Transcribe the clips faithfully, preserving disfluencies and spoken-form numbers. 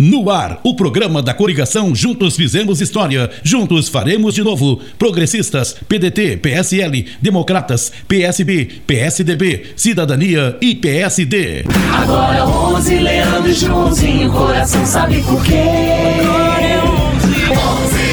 No ar, o programa da coligação Juntos Fizemos História, Juntos Faremos de Novo. Progressistas, P D T, P S L, Democratas, P S B, P S D B, Cidadania e P S D. Agora onze, Leandro e Joãozinho, coração sabe por quê? Agora é onze, onze.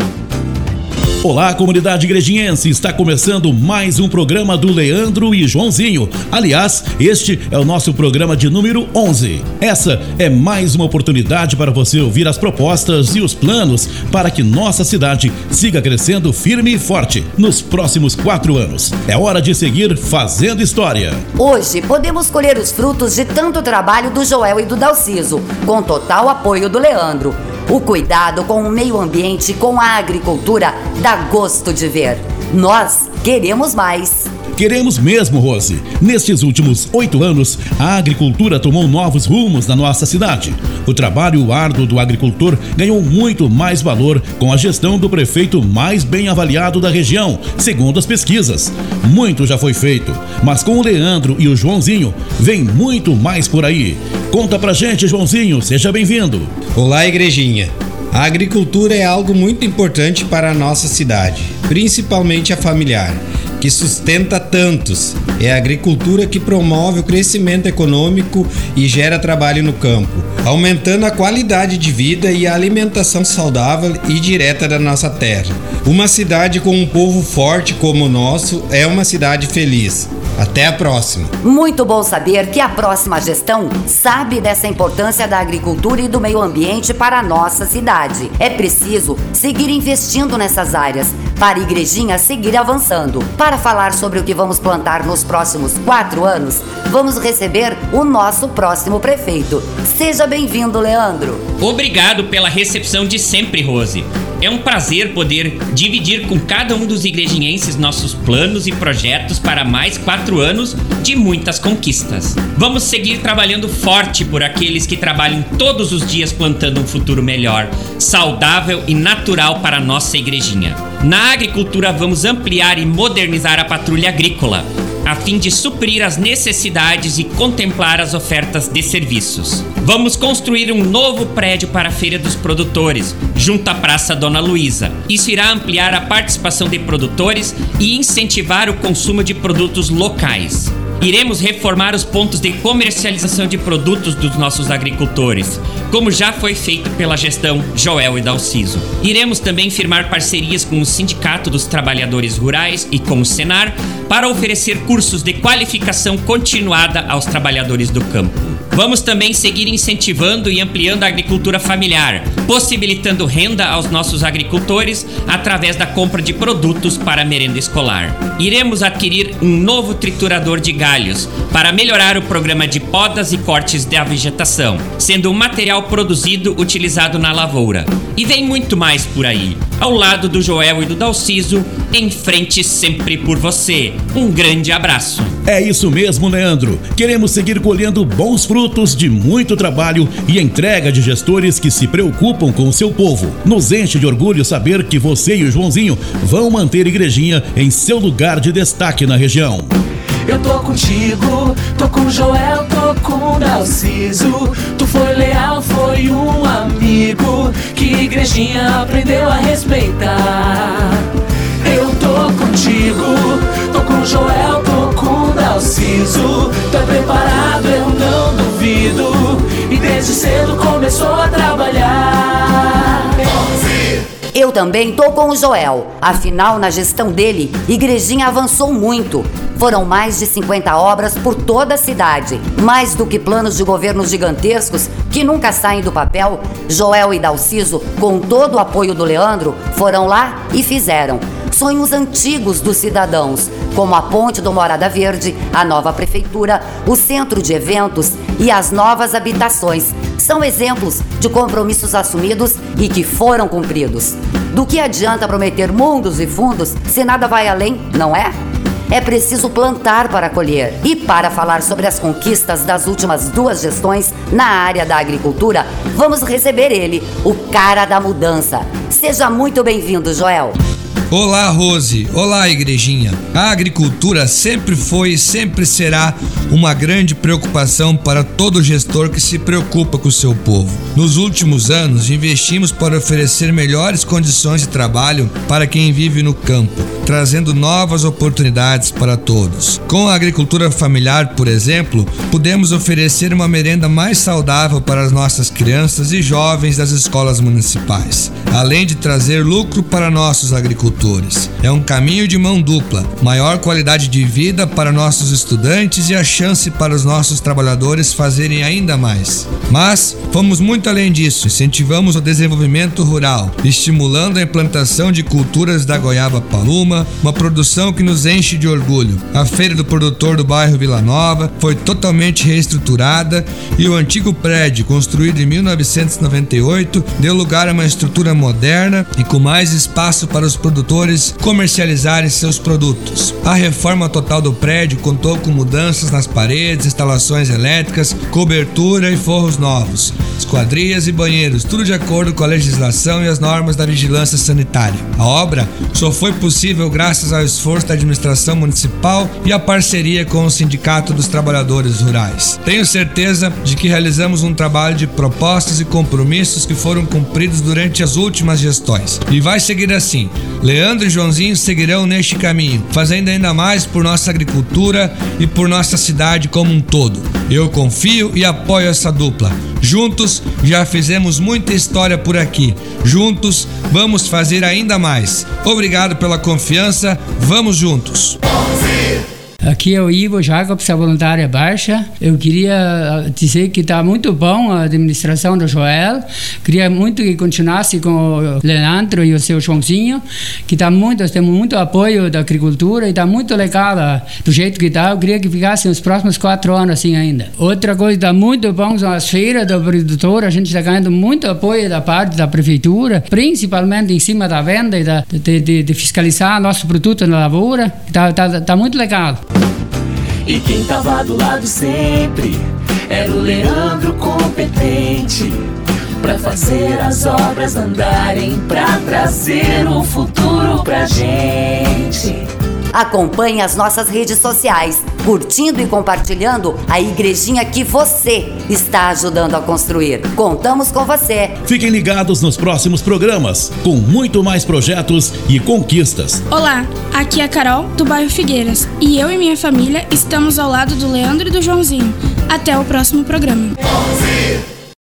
Olá, comunidade igrejinhense, está começando mais um programa do Leandro e Joãozinho. Aliás, este é o nosso programa de número onze. Essa é mais uma oportunidade para você ouvir as propostas e os planos para que nossa cidade siga crescendo firme e forte nos próximos quatro anos. É hora de seguir fazendo história. Hoje podemos colher os frutos de tanto trabalho do Joel e do Dalciso, com total apoio do Leandro. O cuidado com o meio ambiente e com a agricultura dá gosto de ver. Nós queremos mais. Queremos mesmo, Rose. Nestes últimos oito anos, a agricultura tomou novos rumos na nossa cidade. O trabalho árduo do agricultor ganhou muito mais valor com a gestão do prefeito mais bem avaliado da região, segundo as pesquisas. Muito já foi feito, mas com o Leandro e o Joãozinho, vem muito mais por aí. Conta pra gente, Joãozinho, seja bem-vindo. Olá, igrejinha. A agricultura é algo muito importante para a nossa cidade, principalmente a familiar, que sustenta tantos. É a agricultura que promove o crescimento econômico e gera trabalho no campo, aumentando a qualidade de vida e a alimentação saudável e direta da nossa terra. Uma cidade com um povo forte como o nosso é uma cidade feliz. Até a próxima. Muito bom saber que a próxima gestão sabe dessa importância da agricultura e do meio ambiente para a nossa cidade. É preciso seguir investindo nessas áreas para a igrejinha seguir avançando. Para falar sobre o que vamos plantar nos próximos quatro anos, vamos receber o nosso próximo prefeito. Seja bem-vindo, Leandro. Obrigado pela recepção de sempre, Rose. É um prazer poder dividir com cada um dos igrejinhenses nossos planos e projetos para mais quatro anos de muitas conquistas. Vamos seguir trabalhando forte por aqueles que trabalham todos os dias plantando um futuro melhor, saudável e natural para a nossa igrejinha. Na agricultura, vamos ampliar e modernizar a patrulha agrícola, a fim de suprir as necessidades e contemplar as ofertas de serviços. Vamos construir um novo prédio para a Feira dos Produtores, junto à Praça Dona Luísa. Isso irá ampliar a participação de produtores e incentivar o consumo de produtos locais. Iremos reformar os pontos de comercialização de produtos dos nossos agricultores, como já foi feito pela gestão Joel e Dalciso. Iremos também firmar parcerias com o Sindicato dos Trabalhadores Rurais e com o Senar para oferecer cursos de qualificação continuada aos trabalhadores do campo. Vamos também seguir incentivando e ampliando a agricultura familiar, possibilitando renda aos nossos agricultores através da compra de produtos para a merenda escolar. Iremos adquirir um novo triturador de galhos para melhorar o programa de podas e cortes da vegetação, sendo um material produzido utilizado na lavoura. E vem muito mais por aí. Ao lado do Joel e do Dalciso, em frente sempre por você. Um grande abraço. É isso mesmo, Leandro. Queremos seguir colhendo bons frutos de muito trabalho e entrega de gestores que se preocupam com o seu povo. Nos enche de orgulho saber que você e o Joãozinho vão manter a igrejinha em seu lugar de destaque na região. Eu tô contigo, tô com o Joel, tô com o Dalciso. Tu foi leal, foi um amigo que a igrejinha aprendeu a respeitar. Eu tô contigo, tô com o Joel, tô com o Dalciso. Tu é preparado, eu não duvido, e desde cedo começou a trabalhar. Eu também tô com o Joel. Afinal, na gestão dele, a igrejinha avançou muito. Foram mais de cinquenta obras por toda a cidade. Mais do que planos de governo gigantescos que nunca saem do papel, Joel e Dalciso, com todo o apoio do Leandro, foram lá e fizeram. Sonhos antigos dos cidadãos, como a ponte do Morada Verde, a nova prefeitura, o centro de eventos e as novas habitações. São exemplos de compromissos assumidos e que foram cumpridos. Do que adianta prometer mundos e fundos se nada vai além, não é? É preciso plantar para colher. E para falar sobre as conquistas das últimas duas gestões na área da agricultura, vamos receber ele, o cara da mudança. Seja muito bem-vindo, Joel. Olá, Rose. Olá, igrejinha. A agricultura sempre foi e sempre será uma grande preocupação para todo gestor que se preocupa com o seu povo. Nos últimos anos, investimos para oferecer melhores condições de trabalho para quem vive no campo, trazendo novas oportunidades para todos. Com a agricultura familiar, por exemplo, pudemos oferecer uma merenda mais saudável para as nossas crianças e jovens das escolas municipais, além de trazer lucro para nossos agricultores. É um caminho de mão dupla, maior qualidade de vida para nossos estudantes e a chance para os nossos trabalhadores fazerem ainda mais. Mas fomos muito além disso, incentivamos o desenvolvimento rural, estimulando a implantação de culturas da goiaba paluma, uma produção que nos enche de orgulho. A feira do produtor do bairro Vila Nova foi totalmente reestruturada e o antigo prédio, construído em mil novecentos e noventa e oito, deu lugar a uma estrutura moderna e com mais espaço para os produtores comercializarem seus produtos. A reforma total do prédio contou com mudanças nas paredes, instalações elétricas, cobertura e forros novos, esquadrias e banheiros, tudo de acordo com a legislação e as normas da vigilância sanitária. A obra só foi possível graças ao esforço da administração municipal e à parceria com o Sindicato dos Trabalhadores Rurais. Tenho certeza de que realizamos um trabalho de propostas e compromissos que foram cumpridos durante as últimas gestões. E vai seguir assim. Leandro e Joãozinho seguirão neste caminho, fazendo ainda mais por nossa agricultura e por nossa cidade como um todo. Eu confio e apoio essa dupla. Juntos já fizemos muita história por aqui. Juntos vamos fazer ainda mais. Obrigado pela confiança. Vamos juntos. Aqui é o Ivo Jacobs, a voluntária baixa. Eu queria dizer que está muito bom a administração do Joel. Queria muito que continuasse com o Leandro e o seu Joãozinho, que está muito, temos muito apoio da agricultura e está muito legal do jeito que está. Eu queria que ficasse nos próximos quatro anos assim ainda. Outra coisa que está muito bom são as feiras do produtor. A gente está ganhando muito apoio da parte da prefeitura, principalmente em cima da venda e da, de, de, de fiscalizar nosso produto na lavoura. Está tá, tá muito legal. E quem tava do lado sempre era o Leandro competente, pra fazer as obras andarem, pra trazer o futuro pra gente. Acompanhe as nossas redes sociais, curtindo e compartilhando a igrejinha que você está ajudando a construir. Contamos com você. Fiquem ligados nos próximos programas, com muito mais projetos e conquistas. Olá, aqui é a Carol, do bairro Figueiras, e eu e minha família estamos ao lado do Leandro e do Joãozinho. Até o próximo programa.